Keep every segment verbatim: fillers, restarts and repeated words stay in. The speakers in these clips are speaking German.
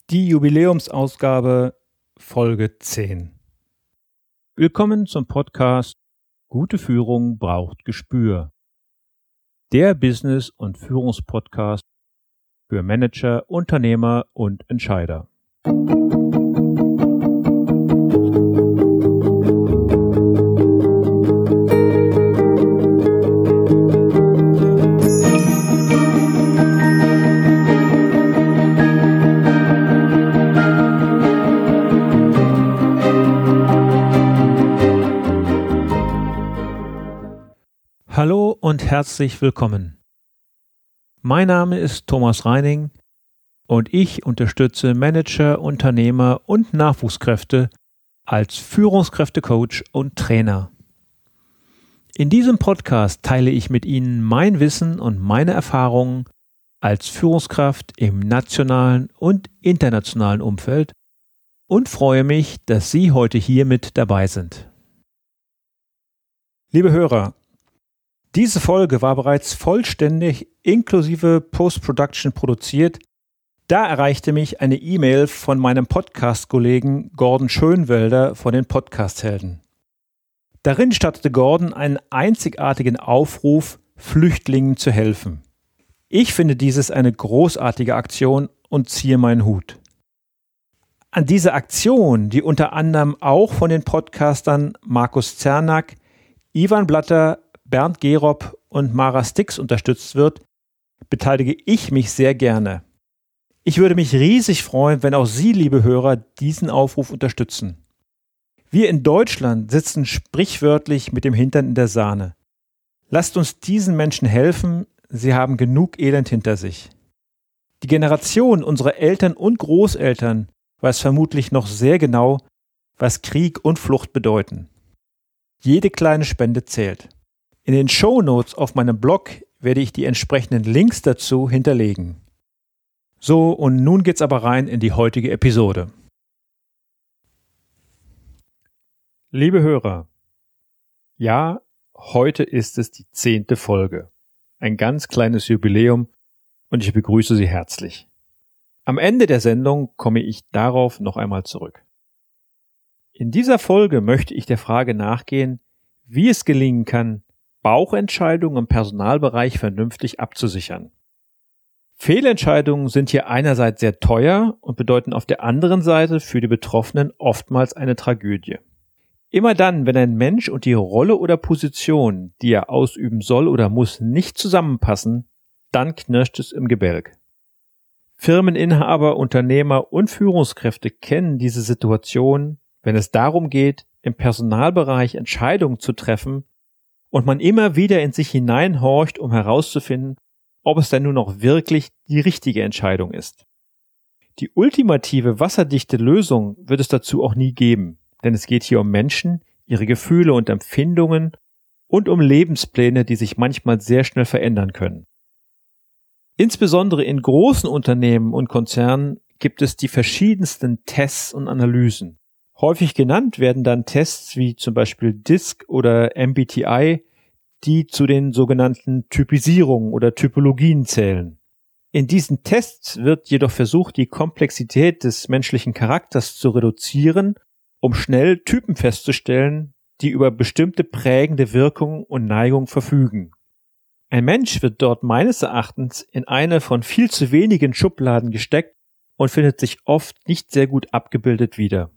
Die Jubiläumsausgabe Folge zehn. Willkommen zum Podcast Gute Führung braucht Gespür. Der Business- und Führungspodcast für Manager, Unternehmer und Entscheider. Hallo und herzlich willkommen. Mein Name ist Thomas Reining und ich unterstütze Manager, Unternehmer und Nachwuchskräfte als Führungskräftecoach und Trainer. In diesem Podcast teile ich mit Ihnen mein Wissen und meine Erfahrungen als Führungskraft im nationalen und internationalen Umfeld und freue mich, dass Sie heute hier mit dabei sind. Liebe Hörer, diese Folge war bereits vollständig inklusive Post-Production produziert. Da erreichte mich eine E-Mail von meinem Podcast-Kollegen Gordon Schönwelder von den Podcast-Helden. Darin startete Gordon einen einzigartigen Aufruf, Flüchtlingen zu helfen. Ich finde dieses eine großartige Aktion und ziehe meinen Hut. An dieser Aktion, die unter anderem auch von den Podcastern Markus Zernack, Ivan Blatter, Bernd Gerob und Mara Stix unterstützt wird, beteilige ich mich sehr gerne. Ich würde mich riesig freuen, wenn auch Sie, liebe Hörer, diesen Aufruf unterstützen. Wir in Deutschland sitzen sprichwörtlich mit dem Hintern in der Sahne. Lasst uns diesen Menschen helfen, sie haben genug Elend hinter sich. Die Generation unserer Eltern und Großeltern weiß vermutlich noch sehr genau, was Krieg und Flucht bedeuten. Jede kleine Spende zählt. In den Shownotes auf meinem Blog werde ich die entsprechenden Links dazu hinterlegen. So, und nun geht's aber rein in die heutige Episode. Liebe Hörer, ja, heute ist es die zehnte Folge. Ein ganz kleines Jubiläum und ich begrüße Sie herzlich. Am Ende der Sendung komme ich darauf noch einmal zurück. In dieser Folge möchte ich der Frage nachgehen, wie es gelingen kann, Bauchentscheidungen im Personalbereich vernünftig abzusichern. Fehlentscheidungen sind hier einerseits sehr teuer und bedeuten auf der anderen Seite für die Betroffenen oftmals eine Tragödie. Immer dann, wenn ein Mensch und die Rolle oder Position, die er ausüben soll oder muss, nicht zusammenpassen, dann knirscht es im Gebälk. Firmeninhaber, Unternehmer und Führungskräfte kennen diese Situation, wenn es darum geht, im Personalbereich Entscheidungen zu treffen, und man immer wieder in sich hineinhorcht, um herauszufinden, ob es denn nun noch wirklich die richtige Entscheidung ist. Die ultimative wasserdichte Lösung wird es dazu auch nie geben, denn es geht hier um Menschen, ihre Gefühle und Empfindungen und um Lebenspläne, die sich manchmal sehr schnell verändern können. Insbesondere in großen Unternehmen und Konzernen gibt es die verschiedensten Tests und Analysen. Häufig genannt werden dann Tests wie zum Beispiel D I S C oder M B T I, die zu den sogenannten Typisierungen oder Typologien zählen. In diesen Tests wird jedoch versucht, die Komplexität des menschlichen Charakters zu reduzieren, um schnell Typen festzustellen, die über bestimmte prägende Wirkungen und Neigungen verfügen. Ein Mensch wird dort meines Erachtens in eine von viel zu wenigen Schubladen gesteckt und findet sich oft nicht sehr gut abgebildet wieder.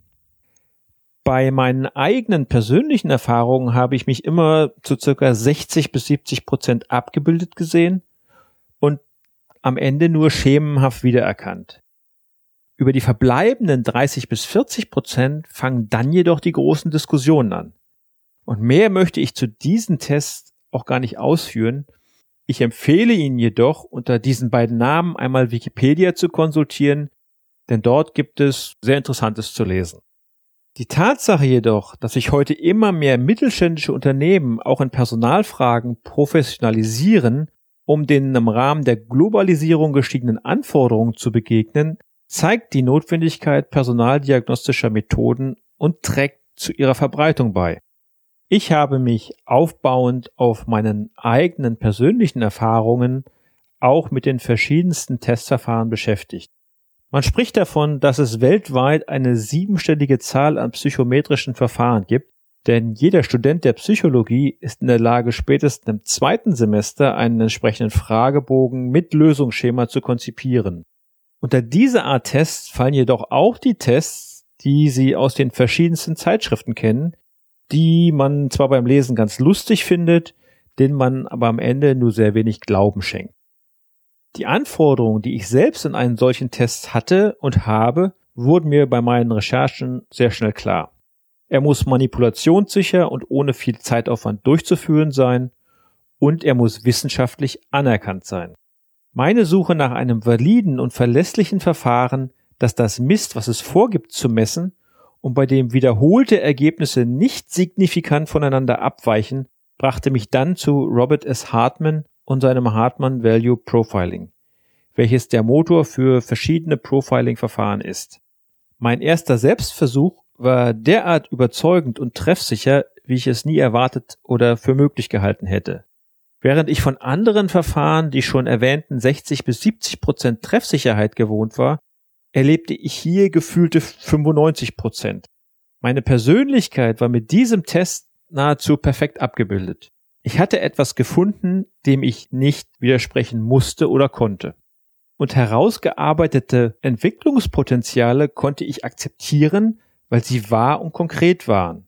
Bei meinen eigenen persönlichen Erfahrungen habe ich mich immer zu circa sechzig bis siebzig Prozent abgebildet gesehen und am Ende nur schemenhaft wiedererkannt. Über die verbleibenden dreißig bis vierzig Prozent fangen dann jedoch die großen Diskussionen an. Und mehr möchte ich zu diesen Tests auch gar nicht ausführen. Ich empfehle Ihnen jedoch, unter diesen beiden Namen einmal Wikipedia zu konsultieren, denn dort gibt es sehr Interessantes zu lesen. Die Tatsache jedoch, dass sich heute immer mehr mittelständische Unternehmen auch in Personalfragen professionalisieren, um den im Rahmen der Globalisierung gestiegenen Anforderungen zu begegnen, zeigt die Notwendigkeit personaldiagnostischer Methoden und trägt zu ihrer Verbreitung bei. Ich habe mich aufbauend auf meinen eigenen persönlichen Erfahrungen auch mit den verschiedensten Testverfahren beschäftigt. Man spricht davon, dass es weltweit eine siebenstellige Zahl an psychometrischen Verfahren gibt, denn jeder Student der Psychologie ist in der Lage, spätestens im zweiten Semester einen entsprechenden Fragebogen mit Lösungsschema zu konzipieren. Unter diese Art Tests fallen jedoch auch die Tests, die Sie aus den verschiedensten Zeitschriften kennen, die man zwar beim Lesen ganz lustig findet, denen man aber am Ende nur sehr wenig Glauben schenkt. Die Anforderungen, die ich selbst in einen solchen Test hatte und habe, wurden mir bei meinen Recherchen sehr schnell klar. Er muss manipulationssicher und ohne viel Zeitaufwand durchzuführen sein und er muss wissenschaftlich anerkannt sein. Meine Suche nach einem validen und verlässlichen Verfahren, das das misst, was es vorgibt zu messen und bei dem wiederholte Ergebnisse nicht signifikant voneinander abweichen, brachte mich dann zu Robert S. Hartman und seinem Hartman Value Profiling, welches der Motor für verschiedene Profiling-Verfahren ist. Mein erster Selbstversuch war derart überzeugend und treffsicher, wie ich es nie erwartet oder für möglich gehalten hätte. Während ich von anderen Verfahren die schon erwähnten sechzig bis siebzig Prozent Treffsicherheit gewohnt war, erlebte ich hier gefühlte fünfundneunzig Prozent. Meine Persönlichkeit war mit diesem Test nahezu perfekt abgebildet. Ich hatte etwas gefunden, dem ich nicht widersprechen musste oder konnte. Und herausgearbeitete Entwicklungspotenziale konnte ich akzeptieren, weil sie wahr und konkret waren.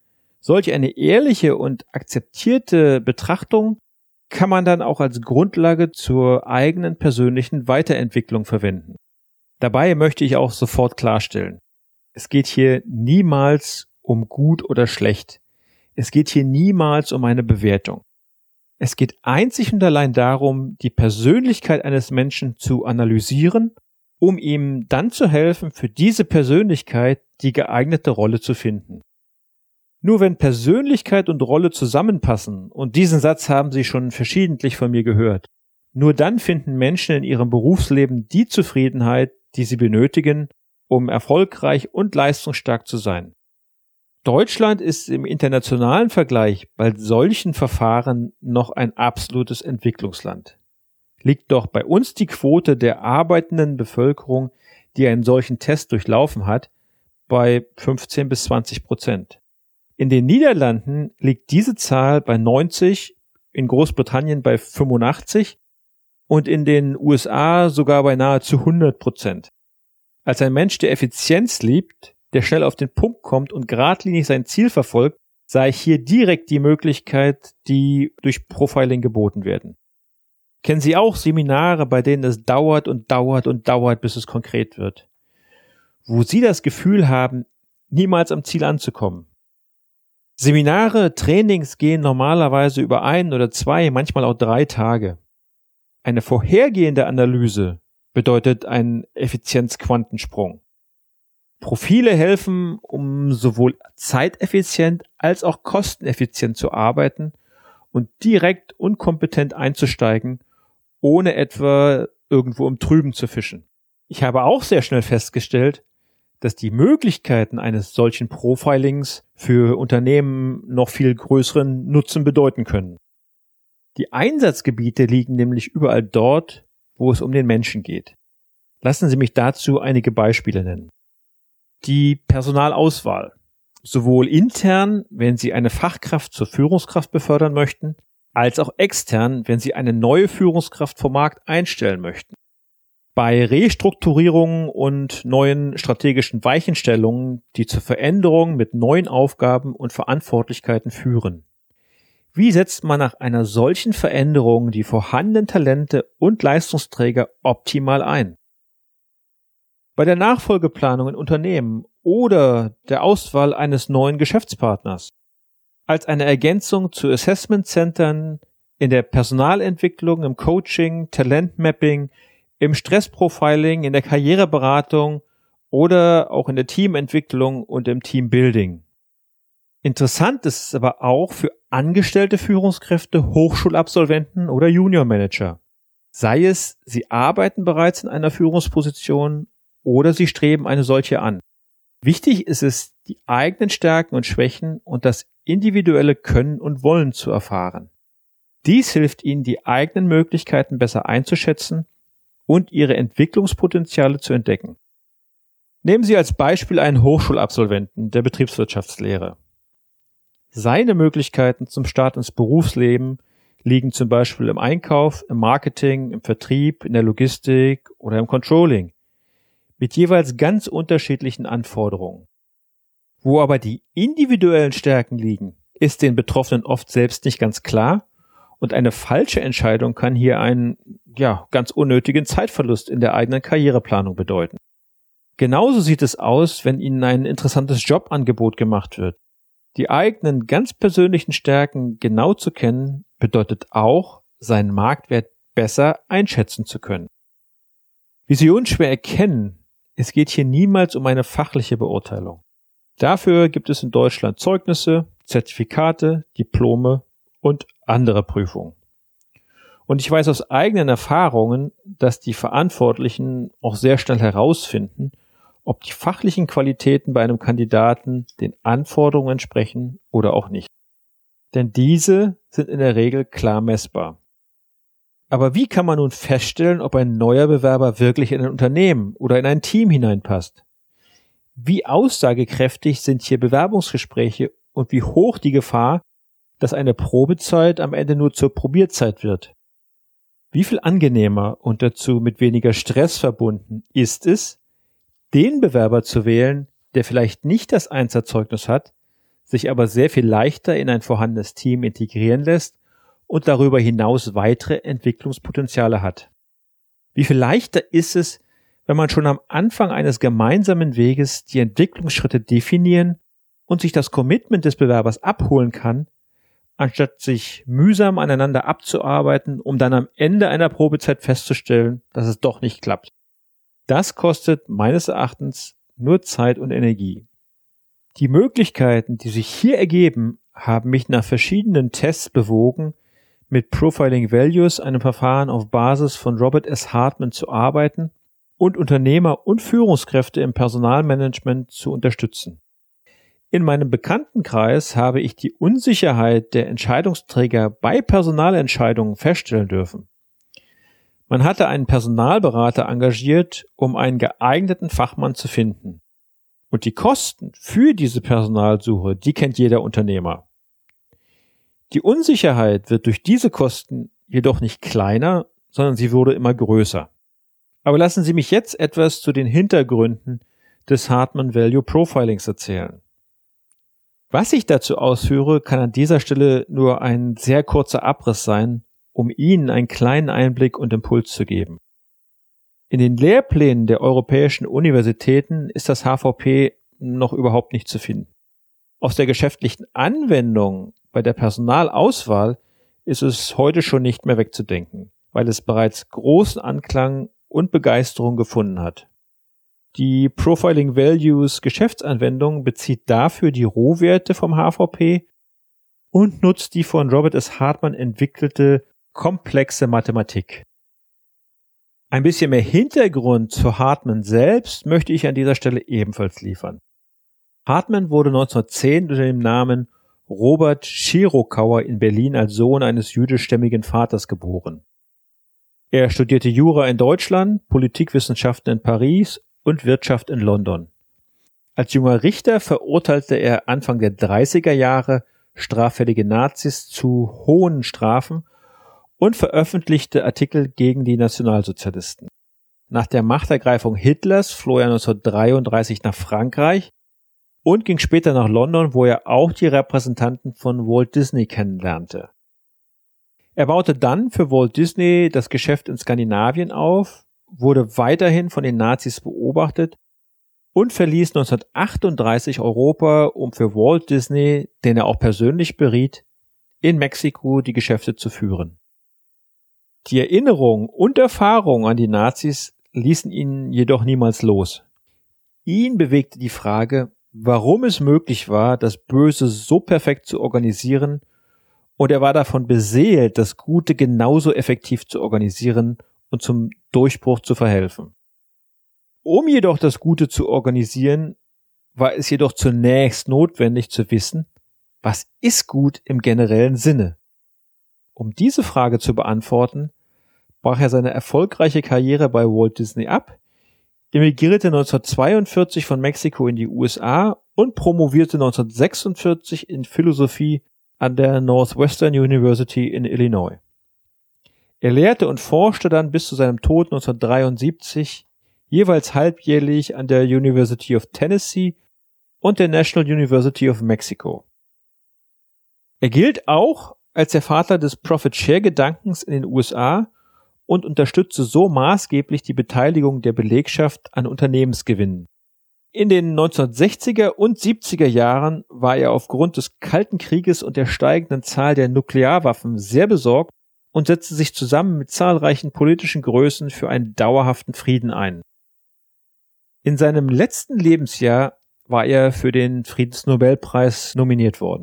Solch eine ehrliche und akzeptierte Betrachtung kann man dann auch als Grundlage zur eigenen persönlichen Weiterentwicklung verwenden. Dabei möchte ich auch sofort klarstellen, es geht hier niemals um gut oder schlecht. Es geht hier niemals um eine Bewertung. Es geht einzig und allein darum, die Persönlichkeit eines Menschen zu analysieren, um ihm dann zu helfen, für diese Persönlichkeit die geeignete Rolle zu finden. Nur wenn Persönlichkeit und Rolle zusammenpassen, und diesen Satz haben Sie schon verschiedentlich von mir gehört, nur dann finden Menschen in ihrem Berufsleben die Zufriedenheit, die sie benötigen, um erfolgreich und leistungsstark zu sein. Deutschland ist im internationalen Vergleich bei solchen Verfahren noch ein absolutes Entwicklungsland. Liegt doch bei uns die Quote der arbeitenden Bevölkerung, die einen solchen Test durchlaufen hat, bei fünfzehn bis zwanzig Prozent. In den Niederlanden liegt diese Zahl bei neunzig, in Großbritannien bei fünfundachtzig und in den U S A sogar bei nahezu hundert Prozent. Als ein Mensch, der Effizienz liebt, der schnell auf den Punkt kommt und geradlinig sein Ziel verfolgt, sah ich hier direkt die Möglichkeit, die durch Profiling geboten werden. Kennen Sie auch Seminare, bei denen es dauert und dauert und dauert, bis es konkret wird? Wo Sie das Gefühl haben, niemals am Ziel anzukommen. Seminare, Trainings gehen normalerweise über ein oder zwei, manchmal auch drei Tage. Eine vorhergehende Analyse bedeutet einen Effizienzquantensprung. Profile helfen, um sowohl zeiteffizient als auch kosteneffizient zu arbeiten und direkt und kompetent einzusteigen, ohne etwa irgendwo im Trüben zu fischen. Ich habe auch sehr schnell festgestellt, dass die Möglichkeiten eines solchen Profilings für Unternehmen noch viel größeren Nutzen bedeuten können. Die Einsatzgebiete liegen nämlich überall dort, wo es um den Menschen geht. Lassen Sie mich dazu einige Beispiele nennen. Die Personalauswahl. Sowohl intern, wenn Sie eine Fachkraft zur Führungskraft befördern möchten, als auch extern, wenn Sie eine neue Führungskraft vom Markt einstellen möchten. Bei Restrukturierungen und neuen strategischen Weichenstellungen, die zur Veränderung mit neuen Aufgaben und Verantwortlichkeiten führen. Wie setzt man nach einer solchen Veränderung die vorhandenen Talente und Leistungsträger optimal ein? Bei der Nachfolgeplanung in Unternehmen oder der Auswahl eines neuen Geschäftspartners. Als eine Ergänzung zu Assessment-Centern in der Personalentwicklung, im Coaching, Talentmapping, im Stressprofiling, in der Karriereberatung oder auch in der Teamentwicklung und im Teambuilding. Interessant ist es aber auch für angestellte Führungskräfte, Hochschulabsolventen oder Juniormanager. Sei es, sie arbeiten bereits in einer Führungsposition oder sie streben eine solche an. Wichtig ist es, die eigenen Stärken und Schwächen und das individuelle Können und Wollen zu erfahren. Dies hilft Ihnen, die eigenen Möglichkeiten besser einzuschätzen und ihre Entwicklungspotenziale zu entdecken. Nehmen Sie als Beispiel einen Hochschulabsolventen der Betriebswirtschaftslehre. Seine Möglichkeiten zum Start ins Berufsleben liegen zum Beispiel im Einkauf, im Marketing, im Vertrieb, in der Logistik oder im Controlling, mit jeweils ganz unterschiedlichen Anforderungen. Wo aber die individuellen Stärken liegen, ist den Betroffenen oft selbst nicht ganz klar und eine falsche Entscheidung kann hier einen, ja, ganz unnötigen Zeitverlust in der eigenen Karriereplanung bedeuten. Genauso sieht es aus, wenn Ihnen ein interessantes Jobangebot gemacht wird. Die eigenen ganz persönlichen Stärken genau zu kennen, bedeutet auch, seinen Marktwert besser einschätzen zu können. Wie Sie unschwer erkennen, es geht hier niemals um eine fachliche Beurteilung. Dafür gibt es in Deutschland Zeugnisse, Zertifikate, Diplome und andere Prüfungen. Und ich weiß aus eigenen Erfahrungen, dass die Verantwortlichen auch sehr schnell herausfinden, ob die fachlichen Qualitäten bei einem Kandidaten den Anforderungen entsprechen oder auch nicht. Denn diese sind in der Regel klar messbar. Aber wie kann man nun feststellen, ob ein neuer Bewerber wirklich in ein Unternehmen oder in ein Team hineinpasst? Wie aussagekräftig sind hier Bewerbungsgespräche und wie hoch die Gefahr, dass eine Probezeit am Ende nur zur Probierzeit wird? Wie viel angenehmer und dazu mit weniger Stress verbunden ist es, den Bewerber zu wählen, der vielleicht nicht das Einserzeugnis hat, sich aber sehr viel leichter in ein vorhandenes Team integrieren lässt und darüber hinaus weitere Entwicklungspotenziale hat. Wie viel leichter ist es, wenn man schon am Anfang eines gemeinsamen Weges die Entwicklungsschritte definieren und sich das Commitment des Bewerbers abholen kann, anstatt sich mühsam aneinander abzuarbeiten, um dann am Ende einer Probezeit festzustellen, dass es doch nicht klappt. Das kostet meines Erachtens nur Zeit und Energie. Die Möglichkeiten, die sich hier ergeben, haben mich nach verschiedenen Tests bewogen, mit Profiling Values, einem Verfahren auf Basis von Robert S. Hartman, zu arbeiten und Unternehmer und Führungskräfte im Personalmanagement zu unterstützen. In meinem Bekanntenkreis habe ich die Unsicherheit der Entscheidungsträger bei Personalentscheidungen feststellen dürfen. Man hatte einen Personalberater engagiert, um einen geeigneten Fachmann zu finden. Und die Kosten für diese Personalsuche, die kennt jeder Unternehmer. Die Unsicherheit wird durch diese Kosten jedoch nicht kleiner, sondern sie wurde immer größer. Aber lassen Sie mich jetzt etwas zu den Hintergründen des Hartman Value Profilings erzählen. Was ich dazu ausführe, kann an dieser Stelle nur ein sehr kurzer Abriss sein, um Ihnen einen kleinen Einblick und Impuls zu geben. In den Lehrplänen der europäischen Universitäten ist das H V P noch überhaupt nicht zu finden. Aus der geschäftlichen Anwendung bei der Personalauswahl ist es heute schon nicht mehr wegzudenken, weil es bereits großen Anklang und Begeisterung gefunden hat. Die Profiling Values Geschäftsanwendung bezieht dafür die Rohwerte vom H V P und nutzt die von Robert S. Hartman entwickelte komplexe Mathematik. Ein bisschen mehr Hintergrund zu Hartman selbst möchte ich an dieser Stelle ebenfalls liefern. Hartman wurde neunzehnhundertzehn unter dem Namen Robert Schirokauer in Berlin als Sohn eines jüdischstämmigen Vaters geboren. Er studierte Jura in Deutschland, Politikwissenschaften in Paris und Wirtschaft in London. Als junger Richter verurteilte er Anfang der dreißiger Jahre straffällige Nazis zu hohen Strafen und veröffentlichte Artikel gegen die Nationalsozialisten. Nach der Machtergreifung Hitlers floh er neunzehnhundertdreiunddreißig nach Frankreich und ging später nach London, wo er auch die Repräsentanten von Walt Disney kennenlernte. Er baute dann für Walt Disney das Geschäft in Skandinavien auf, wurde weiterhin von den Nazis beobachtet und verließ neunzehnhundertachtunddreißig Europa, um für Walt Disney, den er auch persönlich beriet, in Mexiko die Geschäfte zu führen. Die Erinnerung und Erfahrung an die Nazis ließen ihn jedoch niemals los. Ihn bewegte die Frage, warum es möglich war, das Böse so perfekt zu organisieren, und er war davon beseelt, das Gute genauso effektiv zu organisieren und zum Durchbruch zu verhelfen. Um jedoch das Gute zu organisieren, war es jedoch zunächst notwendig zu wissen, was ist gut im generellen Sinne? Um diese Frage zu beantworten, brach er seine erfolgreiche Karriere bei Walt Disney ab, emigrierte neunzehnhundertzweiundvierzig von Mexiko in die U S A und promovierte neunzehnhundertsechsundvierzig in Philosophie an der Northwestern University in Illinois. Er lehrte und forschte dann bis zu seinem Tod neunzehnhundertdreiundsiebzig jeweils halbjährlich an der University of Tennessee und der National University of Mexico. Er gilt auch als der Vater des Profit-Share-Gedankens in den U S A und unterstützte so maßgeblich die Beteiligung der Belegschaft an Unternehmensgewinnen. In den neunzehnhundertsechziger und siebziger Jahren war er aufgrund des Kalten Krieges und der steigenden Zahl der Nuklearwaffen sehr besorgt und setzte sich zusammen mit zahlreichen politischen Größen für einen dauerhaften Frieden ein. In seinem letzten Lebensjahr war er für den Friedensnobelpreis nominiert worden.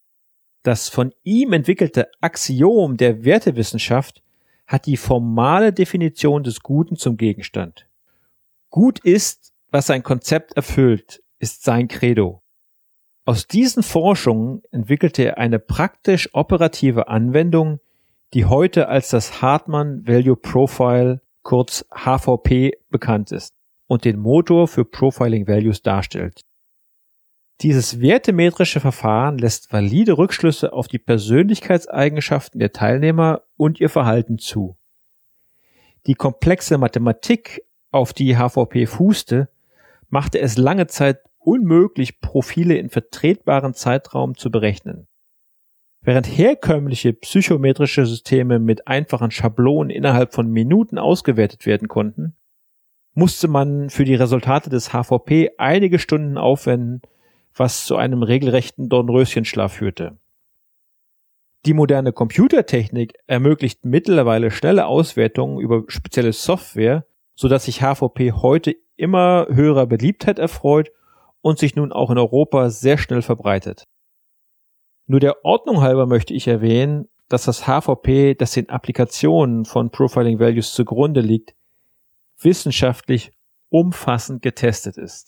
Das von ihm entwickelte Axiom der Wertewissenschaft hat die formale Definition des Guten zum Gegenstand. Gut ist, was sein Konzept erfüllt, ist sein Credo. Aus diesen Forschungen entwickelte er eine praktisch operative Anwendung, die heute als das Hartman Value Profile, kurz H V P, bekannt ist und den Motor für Profiling Values darstellt. Dieses wertemetrische Verfahren lässt valide Rückschlüsse auf die Persönlichkeitseigenschaften der Teilnehmer und ihr Verhalten zu. Die komplexe Mathematik, auf die H V P fußte, machte es lange Zeit unmöglich, Profile in vertretbaren Zeitraum zu berechnen. Während herkömmliche psychometrische Systeme mit einfachen Schablonen innerhalb von Minuten ausgewertet werden konnten, musste man für die Resultate des H V P einige Stunden aufwenden, was zu einem regelrechten Dornröschenschlaf führte. Die moderne Computertechnik ermöglicht mittlerweile schnelle Auswertungen über spezielle Software, sodass sich H V P heute immer höherer Beliebtheit erfreut und sich nun auch in Europa sehr schnell verbreitet. Nur der Ordnung halber möchte ich erwähnen, dass das H V P, das den Applikationen von Profiling Values zugrunde liegt, wissenschaftlich umfassend getestet ist.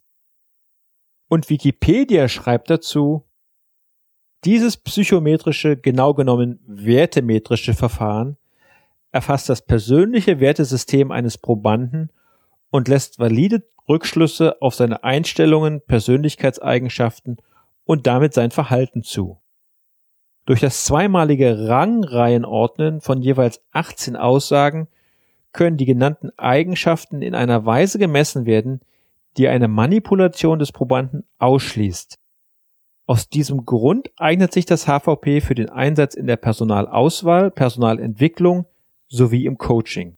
Und Wikipedia schreibt dazu, dieses psychometrische, genau genommen wertemetrische Verfahren erfasst das persönliche Wertesystem eines Probanden und lässt valide Rückschlüsse auf seine Einstellungen, Persönlichkeitseigenschaften und damit sein Verhalten zu. Durch das zweimalige Rangreihenordnen von jeweils achtzehn Aussagen können die genannten Eigenschaften in einer Weise gemessen werden, die eine Manipulation des Probanden ausschließt. Aus diesem Grund eignet sich das H V P für den Einsatz in der Personalauswahl, Personalentwicklung sowie im Coaching.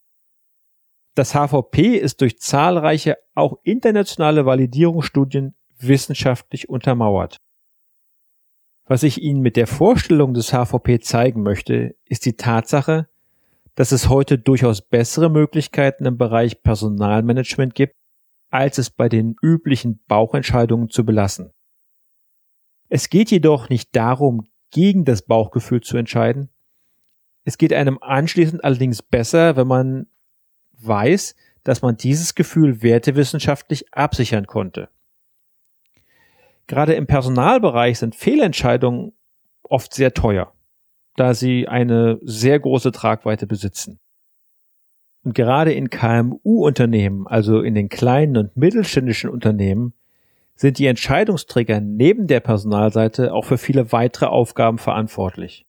Das H V P ist durch zahlreiche, auch internationale Validierungsstudien wissenschaftlich untermauert. Was ich Ihnen mit der Vorstellung des H V P zeigen möchte, ist die Tatsache, dass es heute durchaus bessere Möglichkeiten im Bereich Personalmanagement gibt, als es bei den üblichen Bauchentscheidungen zu belassen. Es geht jedoch nicht darum, gegen das Bauchgefühl zu entscheiden. Es geht einem anschließend allerdings besser, wenn man weiß, dass man dieses Gefühl wertewissenschaftlich absichern konnte. Gerade im Personalbereich sind Fehlentscheidungen oft sehr teuer, da sie eine sehr große Tragweite besitzen. Und gerade in K M U-Unternehmen, also in den kleinen und mittelständischen Unternehmen, sind die Entscheidungsträger neben der Personalseite auch für viele weitere Aufgaben verantwortlich.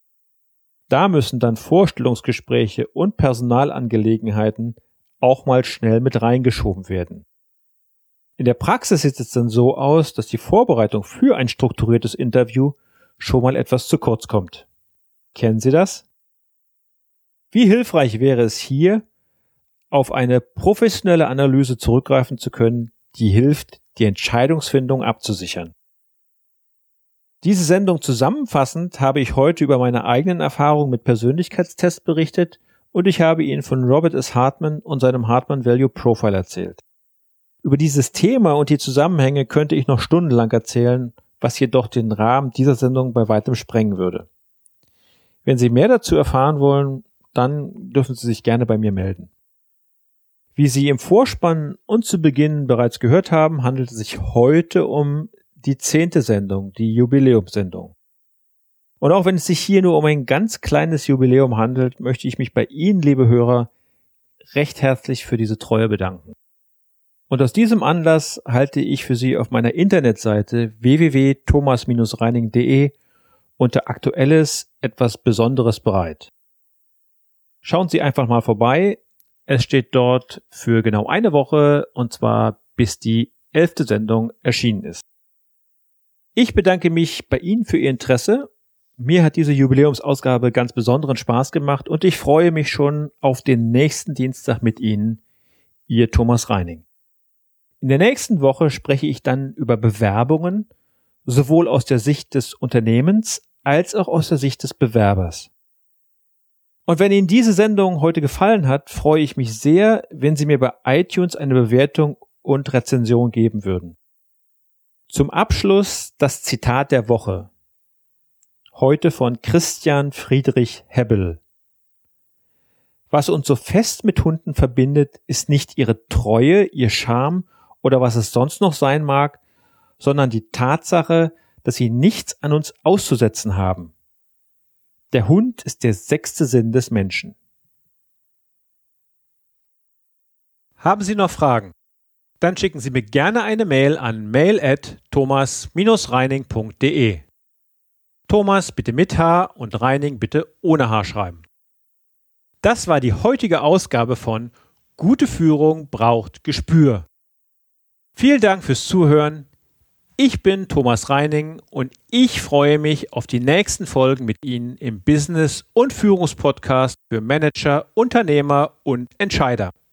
Da müssen dann Vorstellungsgespräche und Personalangelegenheiten auch mal schnell mit reingeschoben werden. In der Praxis sieht es dann so aus, dass die Vorbereitung für ein strukturiertes Interview schon mal etwas zu kurz kommt. Kennen Sie das? Wie hilfreich wäre es hier, auf eine professionelle Analyse zurückgreifen zu können, die hilft, die Entscheidungsfindung abzusichern. Diese Sendung zusammenfassend habe ich heute über meine eigenen Erfahrungen mit Persönlichkeitstests berichtet und ich habe Ihnen von Robert S. Hartman und seinem Hartman Value Profile erzählt. Über dieses Thema und die Zusammenhänge könnte ich noch stundenlang erzählen, was jedoch den Rahmen dieser Sendung bei weitem sprengen würde. Wenn Sie mehr dazu erfahren wollen, dann dürfen Sie sich gerne bei mir melden. Wie Sie im Vorspann und zu Beginn bereits gehört haben, handelt es sich heute um die zehnte Sendung, die Jubiläumssendung. Und auch wenn es sich hier nur um ein ganz kleines Jubiläum handelt, möchte ich mich bei Ihnen, liebe Hörer, recht herzlich für diese Treue bedanken. Und aus diesem Anlass halte ich für Sie auf meiner Internetseite w w w punkt thomas Bindestrich reining punkt de unter Aktuelles etwas Besonderes bereit. Schauen Sie einfach mal vorbei. Es steht dort für genau eine Woche, und zwar bis die elfte Sendung erschienen ist. Ich bedanke mich bei Ihnen für Ihr Interesse. Mir hat diese Jubiläumsausgabe ganz besonderen Spaß gemacht und ich freue mich schon auf den nächsten Dienstag mit Ihnen, Ihr Thomas Reining. In der nächsten Woche spreche ich dann über Bewerbungen, sowohl aus der Sicht des Unternehmens als auch aus der Sicht des Bewerbers. Und wenn Ihnen diese Sendung heute gefallen hat, freue ich mich sehr, wenn Sie mir bei iTunes eine Bewertung und Rezension geben würden. Zum Abschluss das Zitat der Woche. Heute von Christian Friedrich Hebbel. Was uns so fest mit Hunden verbindet, ist nicht ihre Treue, ihr Charme oder was es sonst noch sein mag, sondern die Tatsache, dass sie nichts an uns auszusetzen haben. Der Hund ist der sechste Sinn des Menschen. Haben Sie noch Fragen? Dann schicken Sie mir gerne eine Mail an mail at thomas Bindestrich reining punkt de. Thomas bitte mit H und Reining bitte ohne H schreiben. Das war die heutige Ausgabe von Gute Führung braucht Gespür. Vielen Dank fürs Zuhören. Ich bin Thomas Reining und ich freue mich auf die nächsten Folgen mit Ihnen im Business- und Führungspodcast für Manager, Unternehmer und Entscheider.